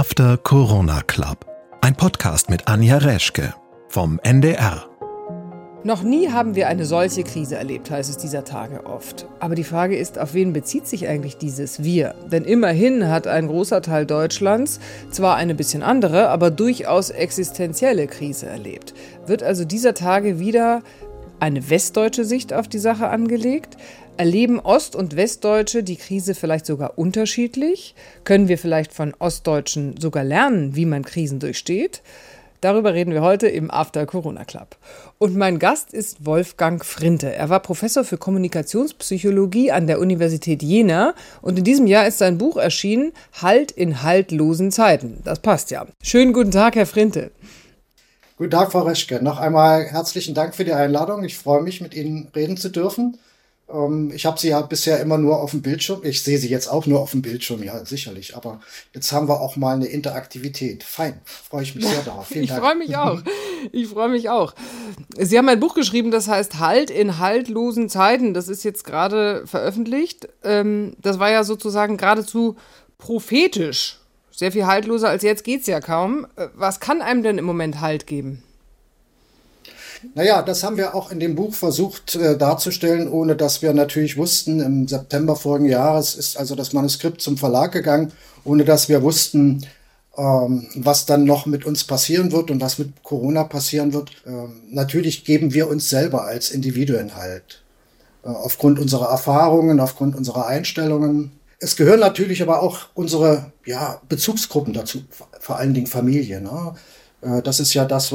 After Corona Club, ein Podcast mit Anja Reschke vom NDR. Noch nie haben wir eine solche Krise erlebt, heißt es dieser Tage oft. Aber die Frage ist, auf wen bezieht sich eigentlich dieses Wir? Denn immerhin hat ein großer Teil Deutschlands zwar eine bisschen andere, aber durchaus existenzielle Krise erlebt. Wird also dieser Tage wieder eine westdeutsche Sicht auf die Sache angelegt? Erleben Ost- und Westdeutsche die Krise vielleicht sogar unterschiedlich? Können wir vielleicht von Ostdeutschen sogar lernen, wie man Krisen durchsteht? Darüber reden wir heute im After Corona Club. Und mein Gast ist Wolfgang Frinte. Er war Professor für Kommunikationspsychologie an der Universität Jena und in diesem Jahr ist sein Buch erschienen, Halt in haltlosen Zeiten. Das passt ja. Schönen guten Tag, Herr Frinte. Guten Tag, Frau Reschke. Noch einmal herzlichen Dank für die Einladung. Ich freue mich, mit Ihnen reden zu dürfen. Ich habe Sie ja bisher immer nur auf dem Bildschirm. Ich sehe Sie jetzt auch nur auf dem Bildschirm, ja, sicherlich. Aber jetzt haben wir auch mal eine Interaktivität. Fein, freue ich mich sehr darauf. Vielen Dank. Ich freue mich auch. Sie haben ein Buch geschrieben, das heißt Halt in haltlosen Zeiten. Das ist jetzt gerade veröffentlicht. Das war ja sozusagen geradezu prophetisch. Sehr viel haltloser als jetzt geht's ja kaum. Was kann einem denn im Moment Halt geben? Naja, das haben wir auch in dem Buch versucht darzustellen, ohne dass wir natürlich wussten, im September vorigen Jahres ist also das Manuskript zum Verlag gegangen, ohne dass wir wussten, was dann noch mit uns passieren wird und was mit Corona passieren wird. Natürlich geben wir uns selber als Individuen Halt, aufgrund unserer Erfahrungen, aufgrund unserer Einstellungen. Es gehören natürlich aber auch unsere Bezugsgruppen dazu, vor allen Dingen Familie. Ne? Das ist ja das,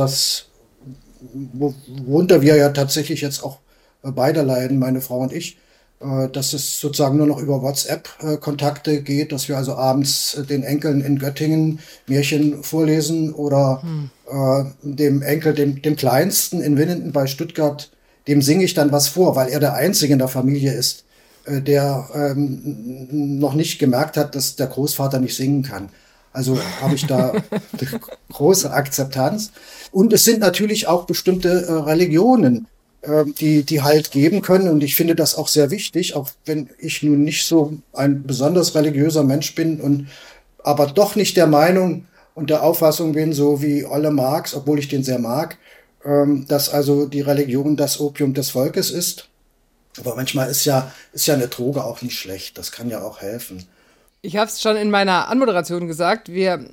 worunter wir ja tatsächlich jetzt auch beide leiden, meine Frau und ich, dass es sozusagen nur noch über WhatsApp-Kontakte geht, dass wir also abends den Enkeln in Göttingen Märchen vorlesen oder dem Enkel, dem Kleinsten in Winnenden bei Stuttgart, dem singe ich dann was vor, weil er der Einzige in der Familie ist, der noch nicht gemerkt hat, dass der Großvater nicht singen kann. Also habe ich da eine große Akzeptanz. Und es sind natürlich auch bestimmte Religionen, die Halt geben können. Und ich finde das auch sehr wichtig, auch wenn ich nun nicht so ein besonders religiöser Mensch bin aber doch nicht der Meinung und der Auffassung bin, so wie Olle Marx, obwohl ich den sehr mag, dass also die Religion das Opium des Volkes ist. Aber manchmal ist ja eine Droge auch nicht schlecht. Das kann ja auch helfen. Ich habe es schon in meiner Anmoderation gesagt, wir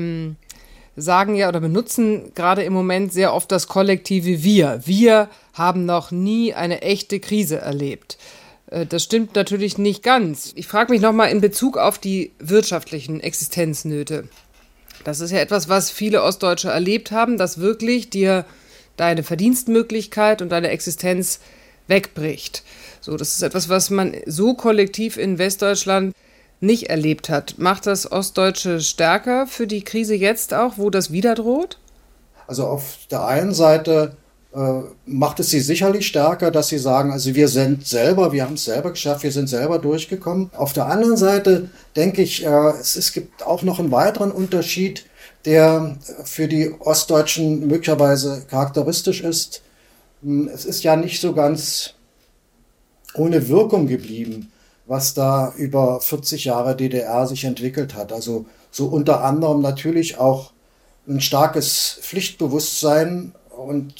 sagen ja oder benutzen gerade im Moment sehr oft das kollektive Wir. Wir haben noch nie eine echte Krise erlebt. Das stimmt natürlich nicht ganz. Ich frage mich nochmal in Bezug auf die wirtschaftlichen Existenznöte. Das ist ja etwas, was viele Ostdeutsche erlebt haben, dass wirklich dir deine Verdienstmöglichkeit und deine Existenz wegbricht. So, das ist etwas, was man so kollektiv in Westdeutschland nicht erlebt hat. Macht das Ostdeutsche stärker für die Krise jetzt auch, wo das wieder droht? Also auf der einen Seite macht es sie sicherlich stärker, dass sie sagen, also wir haben es selber geschafft, wir sind selber durchgekommen. Auf der anderen Seite denke ich, es gibt auch noch einen weiteren Unterschied, der für die Ostdeutschen möglicherweise charakteristisch ist. Es ist ja nicht so ganz ohne Wirkung geblieben, was da über 40 Jahre DDR sich entwickelt hat. Also so unter anderem natürlich auch ein starkes Pflichtbewusstsein und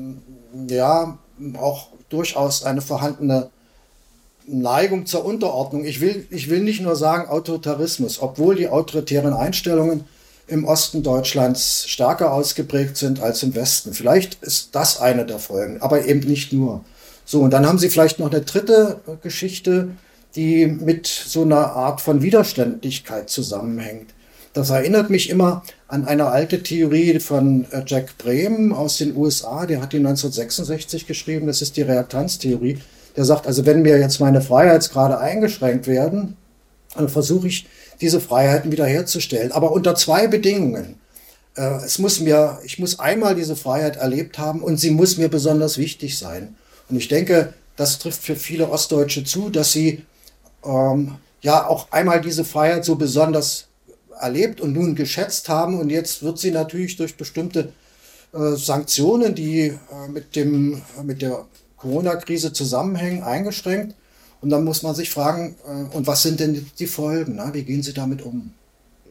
auch durchaus eine vorhandene Neigung zur Unterordnung. Ich will nicht nur sagen Autoritarismus, obwohl die autoritären Einstellungen im Osten Deutschlands stärker ausgeprägt sind als im Westen. Vielleicht ist das eine der Folgen, aber eben nicht nur. So, und dann haben Sie vielleicht noch eine dritte Geschichte, die mit so einer Art von Widerständigkeit zusammenhängt. Das erinnert mich immer an eine alte Theorie von Jack Brehm aus den USA, der hat die 1966 geschrieben, das ist die Reaktanztheorie. Der sagt, also wenn mir jetzt meine Freiheitsgrade eingeschränkt werden, dann versuche ich, diese Freiheiten wiederherzustellen. Aber unter zwei Bedingungen. Ich muss einmal diese Freiheit erlebt haben und sie muss mir besonders wichtig sein. Und ich denke, das trifft für viele Ostdeutsche zu, dass sie auch einmal diese Freiheit so besonders erlebt und nun geschätzt haben. Und jetzt wird sie natürlich durch bestimmte Sanktionen, die mit der Corona-Krise zusammenhängen, eingeschränkt. Und dann muss man sich fragen, und was sind denn die Folgen? Na? Wie gehen Sie damit um?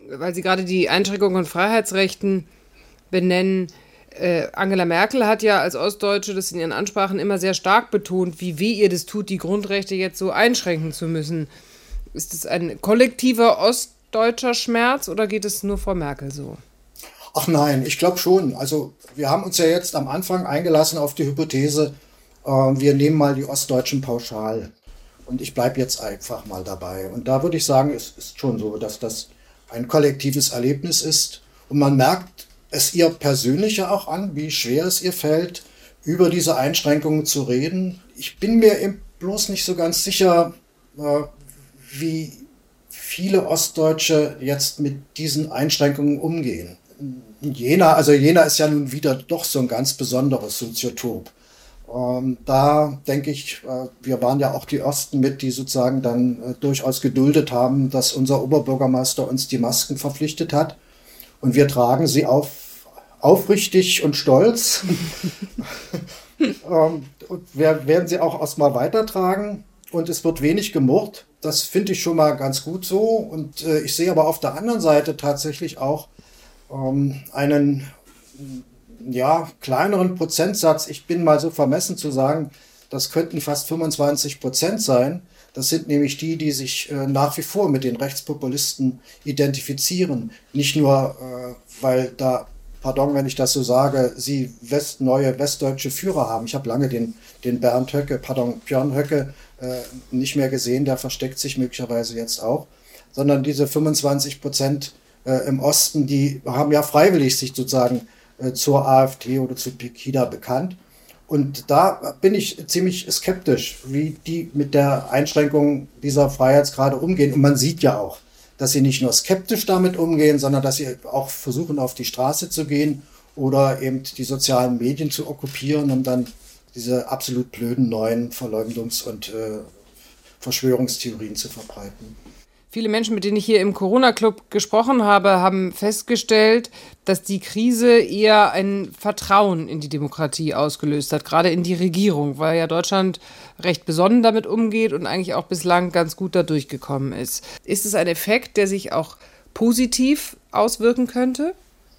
weil Sie gerade die Einschränkung von Freiheitsrechten benennen. Angela Merkel hat ja als Ostdeutsche das in ihren Ansprachen immer sehr stark betont, wie weh ihr das tut, die Grundrechte jetzt so einschränken zu müssen. Ist das ein kollektiver ostdeutscher Schmerz oder geht es nur Frau Merkel so? Ach nein, ich glaube schon. Also wir haben uns ja jetzt am Anfang eingelassen auf die Hypothese, wir nehmen mal die Ostdeutschen pauschal. Und ich bleibe jetzt einfach mal dabei. Und da würde ich sagen, es ist schon so, dass das ein kollektives Erlebnis ist. Und man merkt es ihr persönlich ja auch an, wie schwer es ihr fällt, über diese Einschränkungen zu reden. Ich bin mir eben bloß nicht so ganz sicher, wie viele Ostdeutsche jetzt mit diesen Einschränkungen umgehen. Jena ist ja nun wieder doch so ein ganz besonderes Soziotop. Da denke ich, wir waren ja auch die Ersten mit, die sozusagen dann durchaus geduldet haben, dass unser Oberbürgermeister uns die Masken verpflichtet hat. Und wir tragen sie aufrichtig und stolz. Und wir werden sie auch erstmal weitertragen. Und es wird wenig gemurrt. Das finde ich schon mal ganz gut so. Und ich sehe aber auf der anderen Seite tatsächlich auch einen kleineren Prozentsatz. Ich bin mal so vermessen zu sagen, das könnten fast 25% sein. Das sind nämlich die sich nach wie vor mit den Rechtspopulisten identifizieren. Nicht nur, weil da, pardon, wenn ich das so sage, sie neue westdeutsche Führer haben. Ich habe lange den Björn Höcke nicht mehr gesehen, der versteckt sich möglicherweise jetzt auch. Sondern diese 25% im Osten, die haben ja freiwillig sich sozusagen zur AfD oder zu Pegida bekannt. Und da bin ich ziemlich skeptisch, wie die mit der Einschränkung dieser Freiheitsgrade umgehen. Und man sieht ja auch, dass sie nicht nur skeptisch damit umgehen, sondern dass sie auch versuchen, auf die Straße zu gehen oder eben die sozialen Medien zu okkupieren, um dann diese absolut blöden neuen Verleumdungs- und Verschwörungstheorien zu verbreiten. Viele Menschen, mit denen ich hier im Corona-Club gesprochen habe, haben festgestellt, dass die Krise eher ein Vertrauen in die Demokratie ausgelöst hat, gerade in die Regierung, weil ja Deutschland recht besonnen damit umgeht und eigentlich auch bislang ganz gut da durchgekommen ist. Ist es ein Effekt, der sich auch positiv auswirken könnte?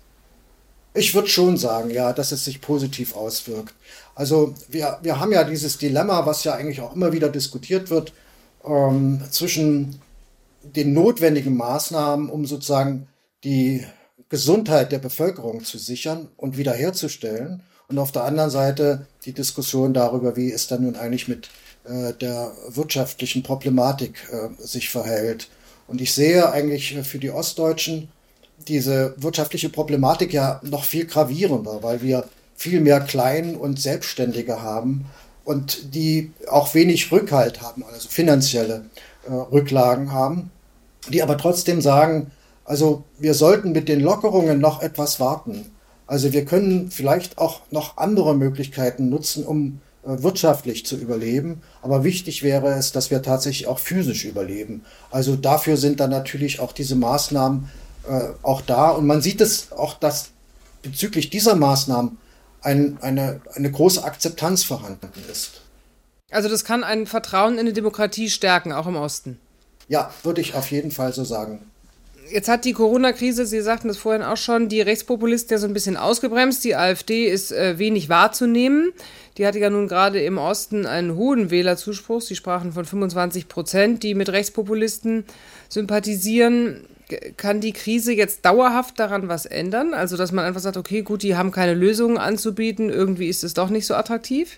Ich würde schon sagen, ja, dass es sich positiv auswirkt. Also wir haben ja dieses Dilemma, was ja eigentlich auch immer wieder diskutiert wird, zwischen den notwendigen Maßnahmen, um sozusagen die Gesundheit der Bevölkerung zu sichern und wiederherzustellen. Und auf der anderen Seite die Diskussion darüber, wie es dann nun eigentlich mit der wirtschaftlichen Problematik sich verhält. Und ich sehe eigentlich für die Ostdeutschen diese wirtschaftliche Problematik ja noch viel gravierender, weil wir viel mehr Klein- und Selbstständige haben und die auch wenig Rückhalt haben, also finanzielle Rücklagen haben, die aber trotzdem sagen, also wir sollten mit den Lockerungen noch etwas warten. Also wir können vielleicht auch noch andere Möglichkeiten nutzen, um wirtschaftlich zu überleben. Aber wichtig wäre es, dass wir tatsächlich auch physisch überleben. Also dafür sind dann natürlich auch diese Maßnahmen auch da. Und man sieht es auch, dass bezüglich dieser Maßnahmen eine große Akzeptanz vorhanden ist. Also das kann ein Vertrauen in eine Demokratie stärken, auch im Osten. Ja, würde ich auf jeden Fall so sagen. Jetzt hat die Corona-Krise, Sie sagten das vorhin auch schon, die Rechtspopulisten ja so ein bisschen ausgebremst. Die AfD ist wenig wahrzunehmen. Die hatte ja nun gerade im Osten einen hohen Wählerzuspruch. Sie sprachen von 25%, die mit Rechtspopulisten sympathisieren. Kann die Krise jetzt dauerhaft daran was ändern? Also, dass man einfach sagt, okay, gut, die haben keine Lösungen anzubieten, irgendwie ist es doch nicht so attraktiv?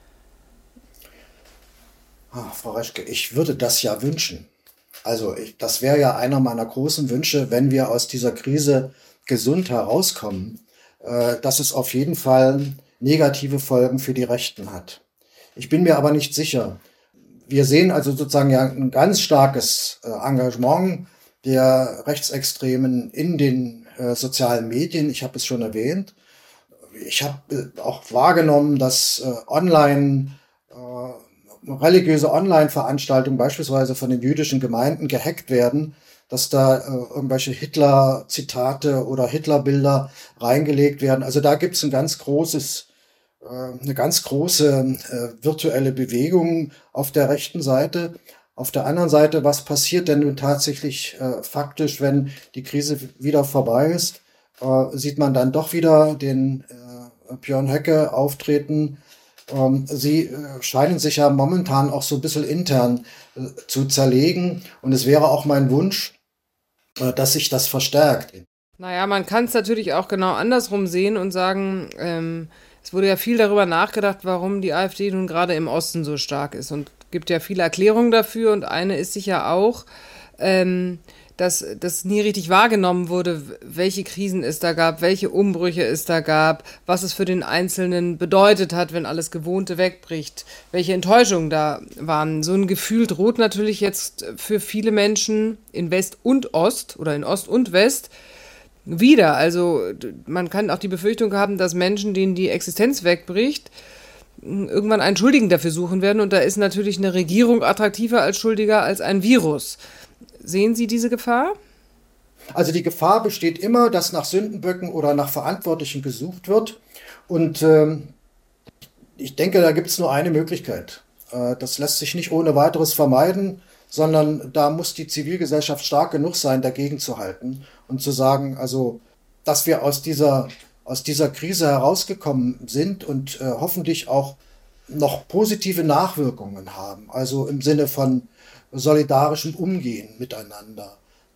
Frau Reschke, ich würde das ja wünschen. Also das wäre ja einer meiner großen Wünsche, wenn wir aus dieser Krise gesund herauskommen, dass es auf jeden Fall negative Folgen für die Rechten hat. Ich bin mir aber nicht sicher. Wir sehen also sozusagen ja ein ganz starkes Engagement der Rechtsextremen in den sozialen Medien. Ich habe es schon erwähnt. Ich habe auch wahrgenommen, dass religiöse Online-Veranstaltungen beispielsweise von den jüdischen Gemeinden gehackt werden, dass da irgendwelche Hitler-Zitate oder Hitler-Bilder reingelegt werden. Also da gibt es eine ganz große virtuelle Bewegung auf der rechten Seite. Auf der anderen Seite, was passiert denn nun tatsächlich faktisch, wenn die Krise wieder vorbei ist? Sieht man dann doch wieder den Björn Höcke auftreten. Sie scheinen sich ja momentan auch so ein bisschen intern zu zerlegen. Und es wäre auch mein Wunsch, dass sich das verstärkt. Naja, man kann es natürlich auch genau andersrum sehen und sagen, es wurde ja viel darüber nachgedacht, warum die AfD nun gerade im Osten so stark ist. Und gibt ja viele Erklärungen dafür. Und eine ist sicher auch, dass das nie richtig wahrgenommen wurde, welche Krisen es da gab, welche Umbrüche es da gab, was es für den Einzelnen bedeutet hat, wenn alles Gewohnte wegbricht, welche Enttäuschungen da waren. So ein Gefühl droht natürlich jetzt für viele Menschen in West und Ost oder in Ost und West wieder. Also man kann auch die Befürchtung haben, dass Menschen, denen die Existenz wegbricht, irgendwann einen Schuldigen dafür suchen werden. Und da ist natürlich eine Regierung attraktiver als Schuldiger als ein Virus. Sehen Sie diese Gefahr? Also die Gefahr besteht immer, dass nach Sündenböcken oder nach Verantwortlichen gesucht wird. Und ich denke, da gibt es nur eine Möglichkeit. Das lässt sich nicht ohne weiteres vermeiden, sondern da muss die Zivilgesellschaft stark genug sein, dagegen zu halten und zu sagen, also, dass wir aus dieser Krise herausgekommen sind und hoffentlich auch noch positive Nachwirkungen haben. Also im Sinne von solidarischem Umgehen miteinander.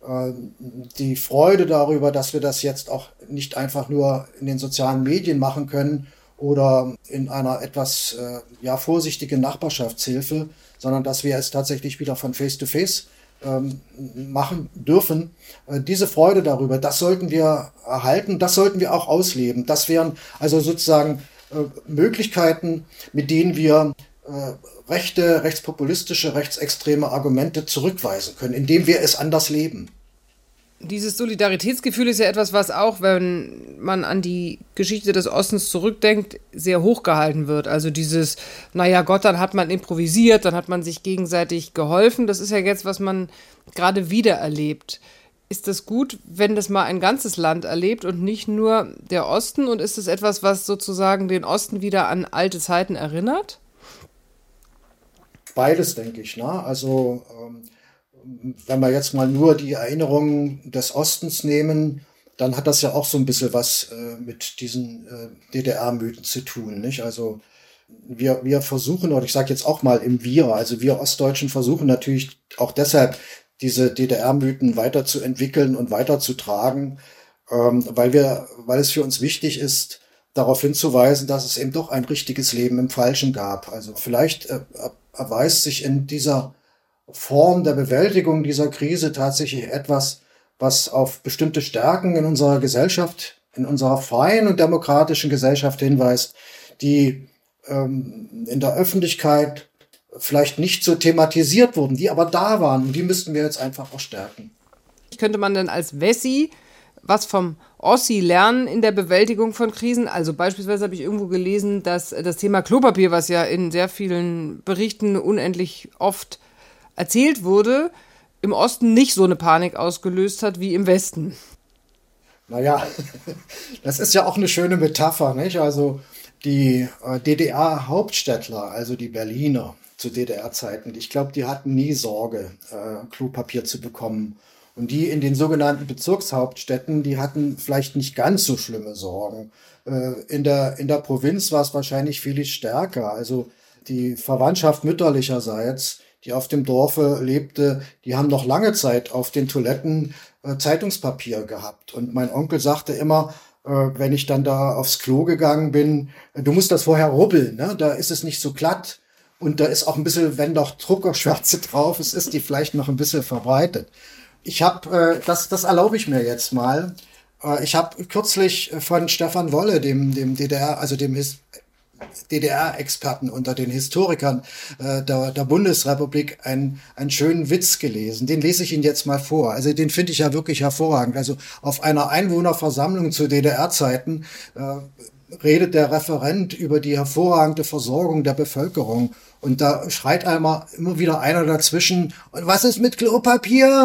Die Freude darüber, dass wir das jetzt auch nicht einfach nur in den sozialen Medien machen können oder in einer etwas vorsichtigen Nachbarschaftshilfe, sondern dass wir es tatsächlich wieder von Face-to-Face machen dürfen. Diese Freude darüber, das sollten wir erhalten, das sollten wir auch ausleben. Das wären also sozusagen Möglichkeiten, mit denen wir rechte, rechtspopulistische, rechtsextreme Argumente zurückweisen können, indem wir es anders leben. Dieses Solidaritätsgefühl ist ja etwas, was auch, wenn man an die Geschichte des Ostens zurückdenkt, sehr hochgehalten wird. Also dieses, naja Gott, dann hat man improvisiert, dann hat man sich gegenseitig geholfen. Das ist ja jetzt, was man gerade wieder erlebt. Ist das gut, wenn das mal ein ganzes Land erlebt und nicht nur der Osten? Und ist es etwas, was sozusagen den Osten wieder an alte Zeiten erinnert? Beides, denke ich. Ne? Also wenn wir jetzt mal nur die Erinnerungen des Ostens nehmen, dann hat das ja auch so ein bisschen was mit diesen DDR-Mythen zu tun. Nicht? Also wir versuchen, oder ich sage jetzt auch mal im Wir, also wir Ostdeutschen versuchen natürlich auch deshalb, diese DDR-Mythen weiterzuentwickeln und weiterzutragen, weil es für uns wichtig ist, darauf hinzuweisen, dass es eben doch ein richtiges Leben im Falschen gab. Also vielleicht erweist sich in dieser Form der Bewältigung dieser Krise tatsächlich etwas, was auf bestimmte Stärken in unserer Gesellschaft, in unserer freien und demokratischen Gesellschaft hinweist, die in der Öffentlichkeit vielleicht nicht so thematisiert wurden, die aber da waren und die müssten wir jetzt einfach verstärken. Könnte man denn als Wessi was vom Ossi lernen in der Bewältigung von Krisen? Also beispielsweise habe ich irgendwo gelesen, dass das Thema Klopapier, was ja in sehr vielen Berichten unendlich oft erzählt wurde, im Osten nicht so eine Panik ausgelöst hat wie im Westen. Naja, das ist ja auch eine schöne Metapher, nicht? Also die DDR-Hauptstädtler, also die Berliner zu DDR-Zeiten, ich glaube, die hatten nie Sorge, Klopapier zu bekommen. Und die in den sogenannten Bezirkshauptstädten, die hatten vielleicht nicht ganz so schlimme Sorgen. In der Provinz war es wahrscheinlich viel stärker. Also die Verwandtschaft mütterlicherseits, die auf dem Dorfe lebte, die haben noch lange Zeit auf den Toiletten Zeitungspapier gehabt. Und mein Onkel sagte immer, wenn ich dann da aufs Klo gegangen bin, du musst das vorher rubbeln, ne? Da ist es nicht so glatt. Und da ist auch ein bisschen, wenn noch Druckerschwärze drauf ist, ist die vielleicht noch ein bisschen verbreitet. Ich habe, das erlaube ich mir jetzt mal. Ich habe kürzlich von Stefan Wolle, dem DDR, also dem DDR-Experten unter den Historikern der Bundesrepublik, einen schönen Witz gelesen. Den lese ich Ihnen jetzt mal vor. Also den finde ich ja wirklich hervorragend. Also auf einer Einwohnerversammlung zu DDR-Zeiten redet der Referent über die hervorragende Versorgung der Bevölkerung. Und da schreit immer wieder einer dazwischen, und was ist mit Klopapier?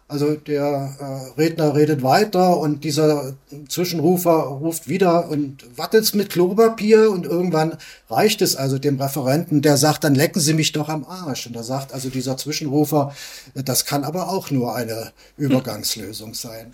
Also der Redner redet weiter und dieser Zwischenrufer ruft wieder und wartet's mit Klopapier und irgendwann reicht es also dem Referenten, der sagt, dann lecken Sie mich doch am Arsch. Und da sagt also dieser Zwischenrufer, das kann aber auch nur eine Übergangslösung sein.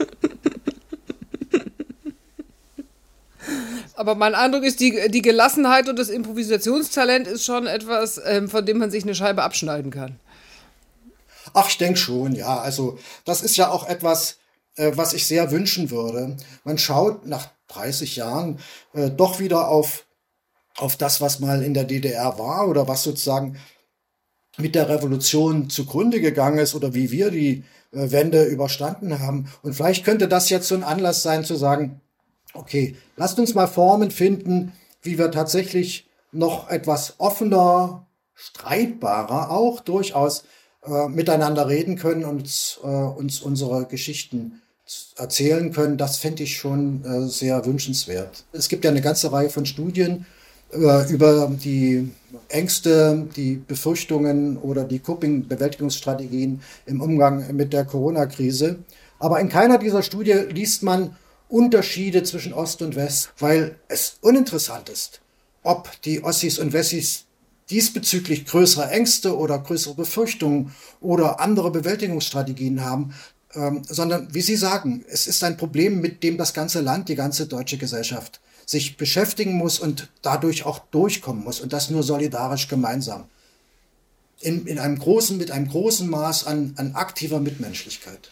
Aber mein Eindruck ist, die Gelassenheit und das Improvisationstalent ist schon etwas, von dem man sich eine Scheibe abschneiden kann. Ach, ich denke schon, ja. Also das ist ja auch etwas, was ich sehr wünschen würde. Man schaut nach 30 Jahren doch wieder auf das, was mal in der DDR war oder was sozusagen mit der Revolution zugrunde gegangen ist oder wie wir die Wende überstanden haben. Und vielleicht könnte das jetzt so ein Anlass sein zu sagen, okay, lasst uns mal Formen finden, wie wir tatsächlich noch etwas offener, streitbarer auch durchaus miteinander reden können und uns unsere Geschichten erzählen können. Das fände ich schon sehr wünschenswert. Es gibt ja eine ganze Reihe von Studien über die Ängste, die Befürchtungen oder die Coping-Bewältigungsstrategien im Umgang mit der Corona-Krise. Aber in keiner dieser Studien liest man Unterschiede zwischen Ost und West, weil es uninteressant ist, ob die Ossis und Wessis diesbezüglich größere Ängste oder größere Befürchtungen oder andere Bewältigungsstrategien haben, sondern, wie Sie sagen, es ist ein Problem, mit dem das ganze Land, die ganze deutsche Gesellschaft sich beschäftigen muss und dadurch auch durchkommen muss und das nur solidarisch gemeinsam. Mit einem großen Maß an aktiver Mitmenschlichkeit.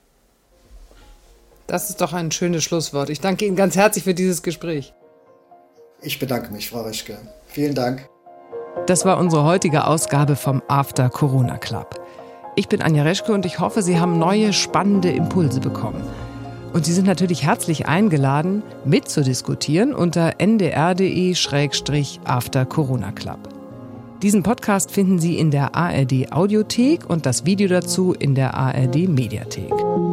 Das ist doch ein schönes Schlusswort. Ich danke Ihnen ganz herzlich für dieses Gespräch. Ich bedanke mich, Frau Reschke. Vielen Dank. Das war unsere heutige Ausgabe vom After Corona Club. Ich bin Anja Reschke und ich hoffe, Sie haben neue, spannende Impulse bekommen. Und Sie sind natürlich herzlich eingeladen, mitzudiskutieren unter ndr.de/After Corona Club. Diesen Podcast finden Sie in der ARD Audiothek und das Video dazu in der ARD Mediathek.